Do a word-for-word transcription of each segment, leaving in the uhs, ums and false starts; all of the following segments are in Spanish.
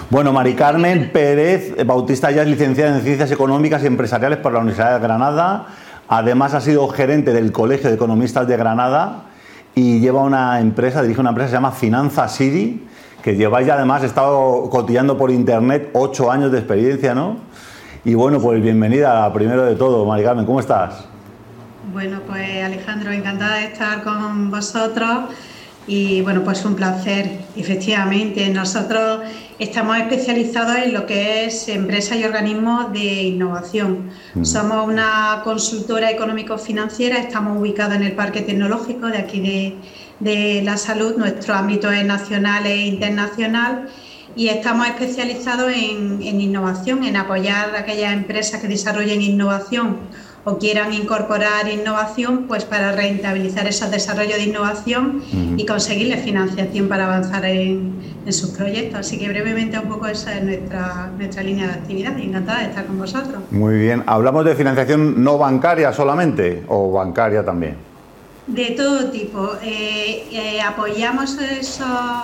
Bueno, Mari Carmen Pérez Bautista ya es licenciada en Ciencias Económicas y Empresariales por la Universidad de Granada. Además ha sido gerente del Colegio de Economistas de Granada y lleva una empresa, dirige una empresa que se llama Finanza City, que lleváis ya además, he estado cotillando por internet, ocho años de experiencia, ¿no? Y bueno, pues bienvenida, primero de todo, Mari Carmen, ¿cómo estás? Bueno, pues Alejandro, encantada de estar con vosotros y bueno, pues un placer. Efectivamente, nosotros estamos especializados en lo que es empresas y organismos de innovación. Mm. Somos una consultora económico-financiera, estamos ubicados en el Parque Tecnológico de aquí de, de la salud, nuestro ámbito es nacional e internacional y estamos especializados en, en innovación, en apoyar a aquellas empresas que desarrollen innovación o quieran incorporar innovación, pues para rentabilizar esos desarrollos de innovación uh-huh. y conseguirle financiación para avanzar en, en sus proyectos. Así que brevemente un poco esa es nuestra, nuestra línea de actividad y encantada de estar con vosotros. Muy bien. ¿Hablamos de financiación no bancaria solamente o bancaria también? De todo tipo. Eh, eh, apoyamos esos...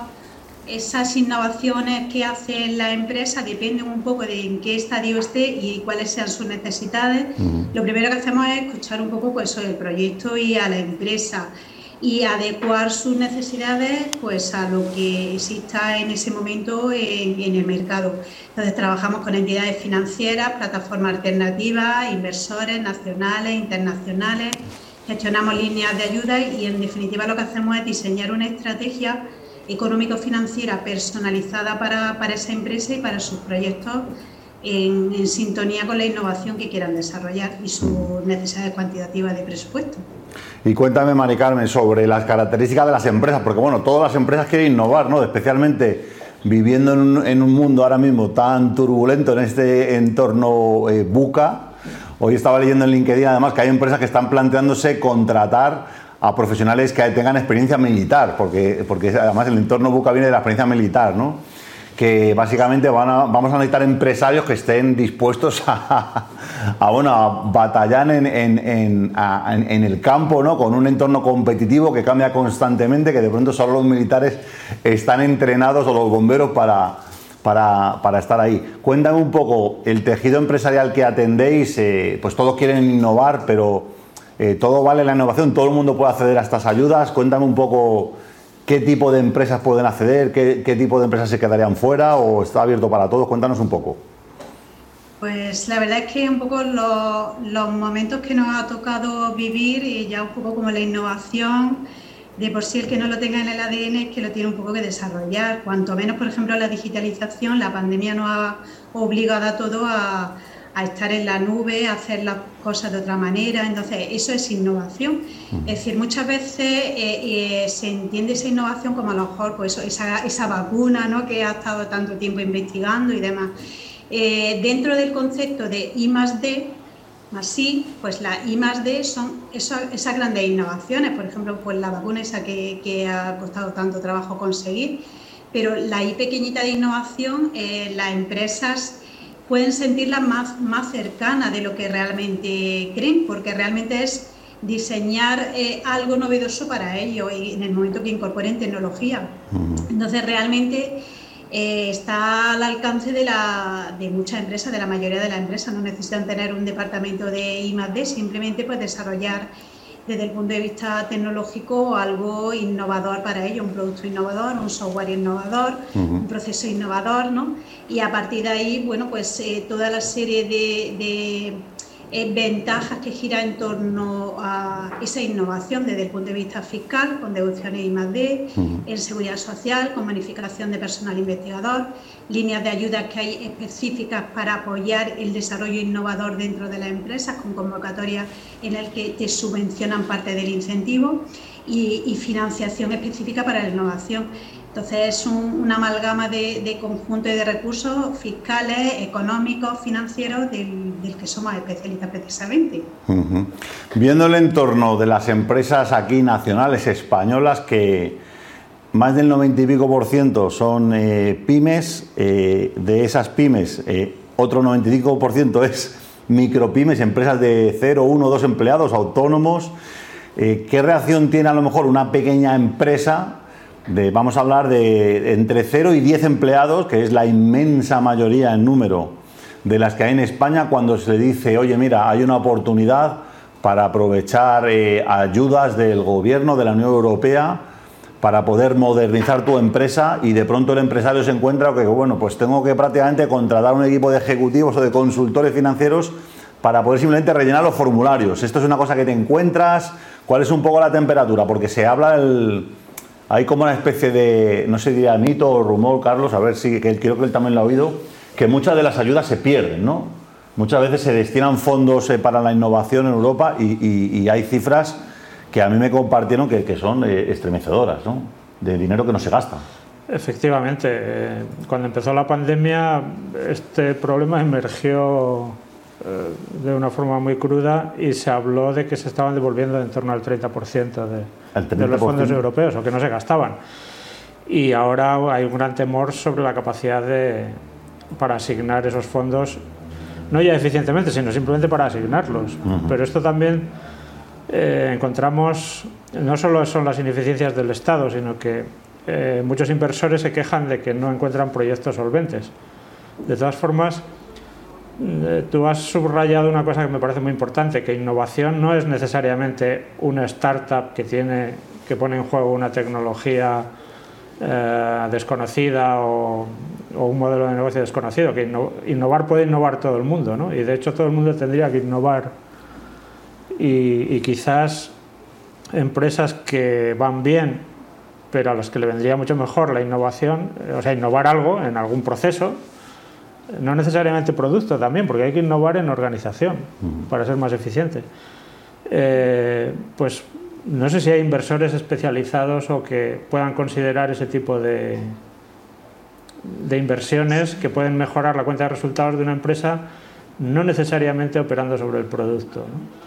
Esas innovaciones que hace la empresa dependen un poco de en qué estadio esté y cuáles sean sus necesidades. Uh-huh. Lo primero que hacemos es escuchar un poco pues, sobre el proyecto y a la empresa y adecuar sus necesidades pues, a lo que exista en ese momento en, en el mercado. Entonces trabajamos con entidades financieras, plataformas alternativas, inversores nacionales, internacionales, gestionamos líneas de ayuda y en definitiva lo que hacemos es diseñar una estrategia económico-financiera personalizada para, para esa empresa y para sus proyectos en, en sintonía con la innovación que quieran desarrollar y sus necesidades cuantitativas de presupuesto. Y cuéntame, Mari Carmen, sobre las características de las empresas, porque bueno, todas las empresas quieren innovar, ¿no? Especialmente viviendo en un, en un mundo ahora mismo tan turbulento en este entorno eh, buca. Hoy estaba leyendo en LinkedIn además que hay empresas que están planteándose contratar a profesionales que tengan experiencia militar, porque, porque además el entorno buca viene de la experiencia militar, ¿no? Que básicamente van a, vamos a necesitar empresarios que estén dispuestos a, a, bueno, a batallar en, en, en, a, en, en el campo, ¿no? Con un entorno competitivo que cambia constantemente, que de pronto solo los militares están entrenados o los bomberos para, para, para estar ahí. Cuéntame un poco el tejido empresarial que atendéis, eh, pues todos quieren innovar, pero Eh, todo vale la innovación, todo el mundo puede acceder a estas ayudas. Cuéntame un poco qué tipo de empresas pueden acceder, qué, qué tipo de empresas se quedarían fuera o está abierto para todos. Cuéntanos un poco. Pues la verdad es que un poco lo, los momentos que nos ha tocado vivir y ya un poco como la innovación, de por sí el que no lo tenga en el A D N es que lo tiene un poco que desarrollar. Cuanto menos, por ejemplo, la digitalización, la pandemia nos ha obligado a todo a a estar en la nube, a hacer las cosas de otra manera, entonces eso es innovación. Es decir, muchas veces eh, eh, se entiende esa innovación como a lo mejor pues, esa, esa vacuna, ¿no? Que ha estado tanto tiempo investigando y demás. Eh, dentro del concepto de I más D, más I, pues la I más D son esas, esas grandes innovaciones, por ejemplo, pues la vacuna esa que, que ha costado tanto trabajo conseguir, pero la I pequeñita de innovación, eh, las empresas pueden sentirla más, más cercana de lo que realmente creen, porque realmente es diseñar eh, algo novedoso para ellos y en el momento que incorporen tecnología. Entonces realmente eh, está al alcance de, la, de muchas empresas, de la mayoría de las empresas. No necesitan tener un departamento de I más D, simplemente pues desarrollar desde el punto de vista tecnológico algo innovador para ellos, un producto innovador, un software innovador, uh-huh. un proceso innovador, ¿no? Y a partir de ahí, bueno, pues eh, toda la serie de, de eh, ventajas que gira en torno a esa innovación desde el punto de vista fiscal, con deducciones I más D, uh-huh. en seguridad social, con bonificación de personal investigador, líneas de ayuda que hay específicas para apoyar el desarrollo innovador dentro de las empresas, con convocatorias en el que te subvencionan parte del incentivo y, y financiación específica para la innovación. Entonces es un, una amalgama de, de conjunto de recursos fiscales, económicos, financieros, del, del que somos especialistas precisamente. Uh-huh. Viendo el entorno de las empresas aquí nacionales españolas, que más del noventa y pico por ciento son eh, pymes, eh, de esas pymes eh, otro noventa y cinco por ciento es micropymes, empresas de cero, uno, dos empleados, autónomos. Eh, ¿Qué reacción tiene a lo mejor una pequeña empresa de, vamos a hablar de entre cero y diez empleados, que es la inmensa mayoría en número de las que hay en España, cuando se le dice, oye, mira, hay una oportunidad para aprovechar eh, ayudas del gobierno de la Unión Europea para poder modernizar tu empresa, y de pronto el empresario se encuentra que, bueno, pues tengo que prácticamente contratar un equipo de ejecutivos o de consultores financieros para poder simplemente rellenar los formularios. ¿Esto es una cosa que te encuentras? ¿Cuál es un poco la temperatura? Porque se habla, el, hay como una especie de, no sé, diría mito o rumor, Carlos, a ver si, que creo que él también lo ha oído, que muchas de las ayudas se pierden, ¿no? Muchas veces se destinan fondos eh, para la innovación en Europa y, y, y hay cifras que a mí me compartieron que, que son eh, estremecedoras, ¿no? De dinero que no se gasta. Efectivamente, eh, cuando empezó la pandemia este problema emergió eh, de una forma muy cruda y se habló de que se estaban devolviendo en torno al treinta por ciento de, de los fondos europeos, o que no se gastaban. Y ahora hay un gran temor sobre la capacidad de, para asignar esos fondos, no ya eficientemente, sino simplemente para asignarlos. Uh-huh. Pero esto también eh, encontramos, no solo son las ineficiencias del Estado, sino que eh, muchos inversores se quejan de que no encuentran proyectos solventes. De todas formas, eh, tú has subrayado una cosa que me parece muy importante, que innovación no es necesariamente una startup que, tiene, que pone en juego una tecnología eh, desconocida o, o un modelo de negocio desconocido, que inno, innovar puede innovar todo el mundo, ¿no? Y de hecho todo el mundo tendría que innovar. Y, y quizás empresas que van bien, pero a las que le vendría mucho mejor la innovación, o sea, innovar algo en algún proceso, no necesariamente producto también, porque hay que innovar en organización para ser más eficiente. Eh, pues no sé si hay inversores especializados o que puedan considerar ese tipo de, de inversiones que pueden mejorar la cuenta de resultados de una empresa, no necesariamente operando sobre el producto, ¿no?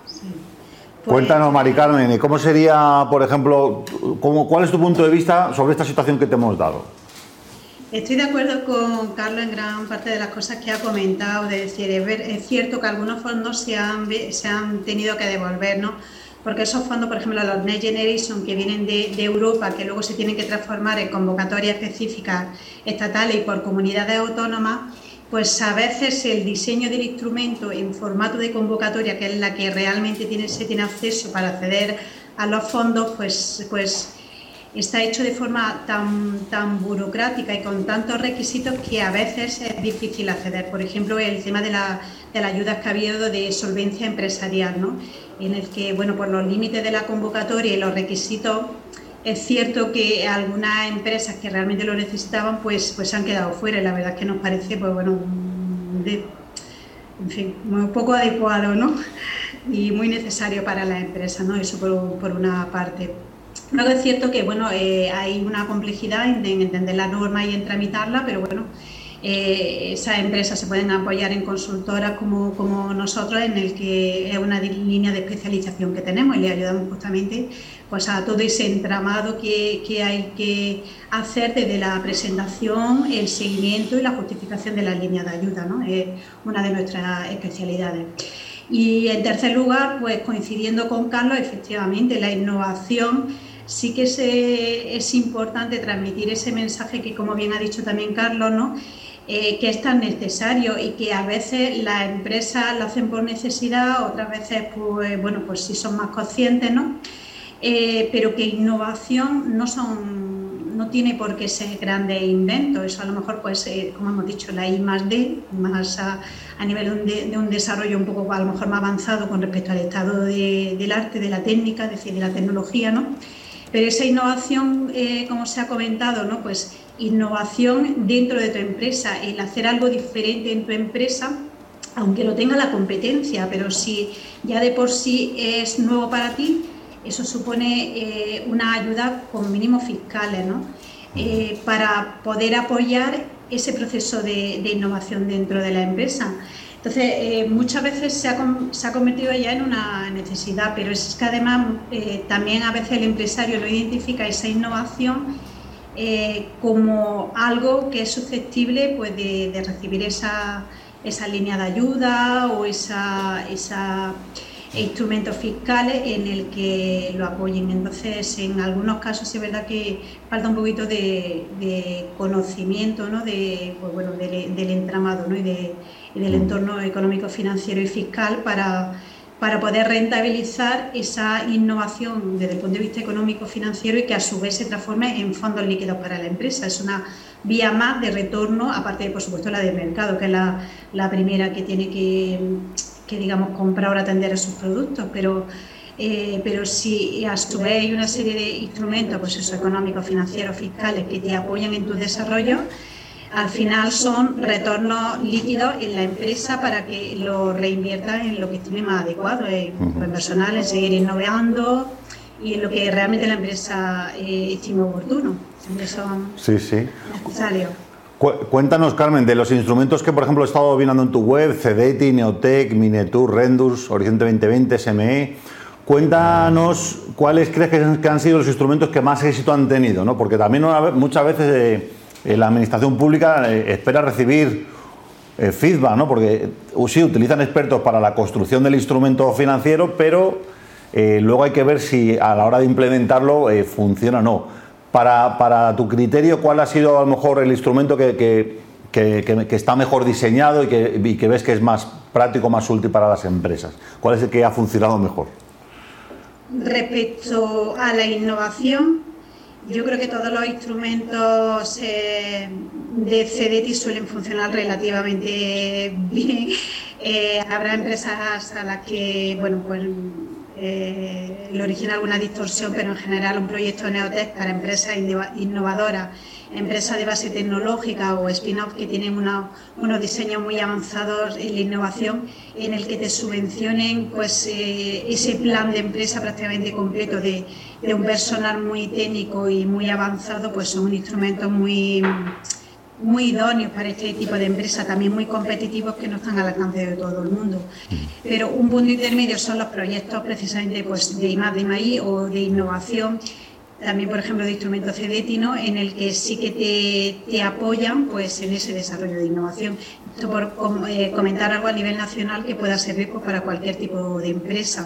Pues, cuéntanos, Mari Carmen, ¿cómo sería, por ejemplo, cómo, cuál es tu punto de vista sobre esta situación que te hemos dado? Estoy de acuerdo con Carlos en gran parte de las cosas que ha comentado, de decir, es, ver, es cierto que algunos fondos se han, se han tenido que devolver, ¿no? Porque esos fondos, por ejemplo, los Next Generation, que vienen de, de Europa, que luego se tienen que transformar en convocatorias específicas estatales y por comunidades autónomas, pues a veces el diseño del instrumento en formato de convocatoria, que es la que realmente tiene, se tiene acceso para acceder a los fondos, pues, pues está hecho de forma tan, tan burocrática y con tantos requisitos que a veces es difícil acceder. Por ejemplo, el tema de, la, de las ayudas que ha habido de solvencia empresarial, ¿no? En el que, bueno, por los límites de la convocatoria y los requisitos, es cierto que algunas empresas que realmente lo necesitaban pues, pues han quedado fuera, y la verdad es que nos parece, pues bueno, de, en fin, muy poco adecuado, ¿no? Y muy necesario para las empresas, ¿no? Eso por, por una parte. Luego es cierto que, bueno, eh, hay una complejidad en, en entender la norma y en tramitarla, pero bueno, eh, esas empresas se pueden apoyar en consultoras como, como nosotros, en el que es una línea de especialización que tenemos y le ayudamos justamente pues a todo ese entramado que, que hay que hacer desde la presentación, el seguimiento y la justificación de las líneas de ayuda, ¿no? Es una de nuestras especialidades. Y en tercer lugar, pues coincidiendo con Carlos, efectivamente la innovación sí que se, es importante transmitir ese mensaje que, como bien ha dicho también Carlos, ¿no? Eh, que es tan necesario y que a veces las empresas lo hacen por necesidad, otras veces pues bueno, pues sí son más conscientes, ¿no? Eh, pero que innovación no son, no tiene por qué ser grandes inventos. Eso a lo mejor puede ser, como hemos dicho, la I más D, más a, a nivel de un, de un desarrollo un poco a lo mejor más avanzado con respecto al estado de, del arte, de la técnica, es decir, de la tecnología, ¿no? Pero esa innovación, eh, como se ha comentado, ¿no? Pues innovación dentro de tu empresa, el hacer algo diferente en tu empresa, aunque lo tenga la competencia, pero si ya de por sí es nuevo para ti, eso supone eh, una ayuda con mínimos fiscales, ¿no? Eh, para poder apoyar ese proceso de, de innovación dentro de la empresa. Entonces, eh, muchas veces se ha, se ha convertido ya en una necesidad, pero es que además eh, también a veces el empresario no identifica esa innovación eh, como algo que es susceptible pues, de, de recibir esa, esa línea de ayuda o esa... esa instrumentos fiscales en el que lo apoyen. Entonces, en algunos casos es verdad que falta un poquito de, de conocimiento, ¿no? de, pues bueno, del, del entramado, ¿no? y, de, y del entorno económico, financiero y fiscal para, para poder rentabilizar esa innovación desde el punto de vista económico, financiero y que a su vez se transforme en fondos líquidos para la empresa. Es una vía más de retorno, aparte de, por supuesto, la del mercado, que es la, la primera que tiene que, que, digamos, comprar o atender a sus productos, pero, eh, pero si a su vez hay una serie de instrumentos, pues eso, económicos, financieros, fiscales, que te apoyan en tu desarrollo, al final son retornos líquidos en la empresa para que lo reinviertas en lo que estime más adecuado, en, uh-huh. en personal, en seguir innovando y en lo que realmente la empresa eh, estime oportuno. Siempre son sí, sí. necesarios. Cuéntanos, Carmen, de los instrumentos que, por ejemplo, he estado viendo en tu web, Cedeti, Neotec, Minetur, Rendus, Horizonte veinte veinte, S M E. Cuéntanos cuáles crees que han sido los instrumentos que más éxito han tenido, ¿no? Porque también una vez, muchas veces eh, la administración pública eh, espera recibir eh, feedback, ¿no? Porque uh, sí, utilizan expertos para la construcción del instrumento financiero, pero eh, luego hay que ver si a la hora de implementarlo eh, funciona o no. Para, para tu criterio, ¿cuál ha sido a lo mejor el instrumento que, que, que, que, que está mejor diseñado y que, y que ves que es más práctico, más útil para las empresas? ¿Cuál es el que ha funcionado mejor? Respecto a la innovación, yo creo que todos los instrumentos eh, de Cedeti suelen funcionar relativamente bien. Eh, habrá empresas a las que, bueno, pues Eh, le origina alguna distorsión, pero en general un proyecto Neotec para empresas innovadoras, empresas de base tecnológica o spin-off que tienen una, unos diseños muy avanzados en la innovación, en el que te subvencionen pues eh, ese plan de empresa prácticamente completo de, de un personal muy técnico y muy avanzado, pues son instrumentos muy muy idóneos para este tipo de empresas, también muy competitivos, que no están al alcance de todo el mundo. Pero un punto intermedio son los proyectos precisamente pues, de I más D más I o de innovación, también por ejemplo de instrumentos Cedeti, ¿no? En el que sí que te, te apoyan pues, en ese desarrollo de innovación. Esto por eh, comentar algo a nivel nacional que pueda servir pues, para cualquier tipo de empresa.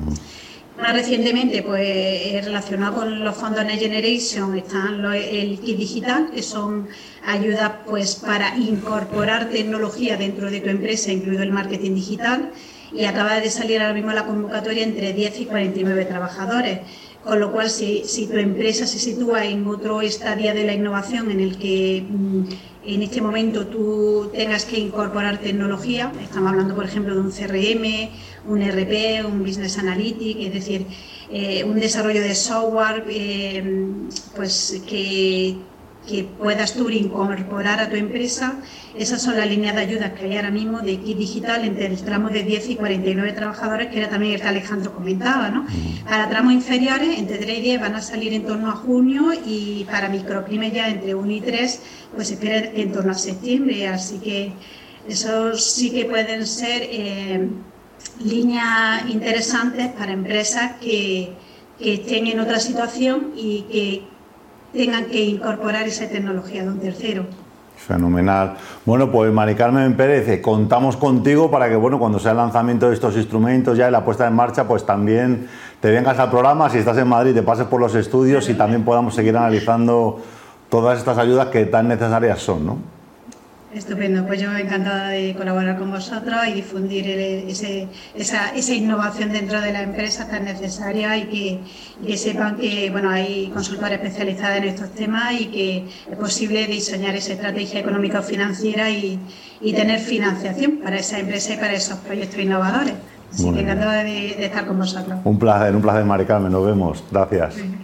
Más recientemente, pues relacionado con los fondos Next Generation, están los, el Kit Digital, que son ayudas pues, para incorporar tecnología dentro de tu empresa, incluido el marketing digital, y acaba de salir ahora mismo la convocatoria entre diez y cuarenta y nueve trabajadores. Con lo cual, si, si tu empresa se sitúa en otro estadio de la innovación en el que mmm, en este momento tú tengas que incorporar tecnología, estamos hablando, por ejemplo, de un C R M, un E R P, un Business Analytics, es decir, eh, un desarrollo de software eh, pues que, que puedas tú incorporar a tu empresa. Esas son las líneas de ayudas que hay ahora mismo de Kit Digital entre el tramo de diez y cuarenta y nueve trabajadores, que era también el que Alejandro comentaba, ¿no? Para tramos inferiores, entre tres y diez van a salir en torno a junio, y para micropymes ya entre uno y tres, pues se espera en torno a septiembre. Así que esos sí que pueden ser eh, líneas interesantes para empresas que, que estén en otra situación y que tengan que incorporar esa tecnología de un tercero. Fenomenal. Bueno, pues Mari Carmen Pérez, contamos contigo para que, bueno, cuando sea el lanzamiento de estos instrumentos ya y la puesta en marcha, pues también te vengas al programa, si estás en Madrid, te pases por los estudios y también podamos seguir analizando todas estas ayudas que tan necesarias son, ¿no? Estupendo, pues yo encantada de colaborar con vosotros y difundir el, ese, esa, esa innovación dentro de la empresa tan necesaria, y que, y que sepan que bueno, hay consultoras especializadas en estos temas y que es posible diseñar esa estrategia económica o financiera y, y tener financiación para esa empresa y para esos proyectos innovadores. Así que encantada de, de estar con vosotros. Un placer, un placer, Mari Carmen, nos vemos. Gracias. Sí.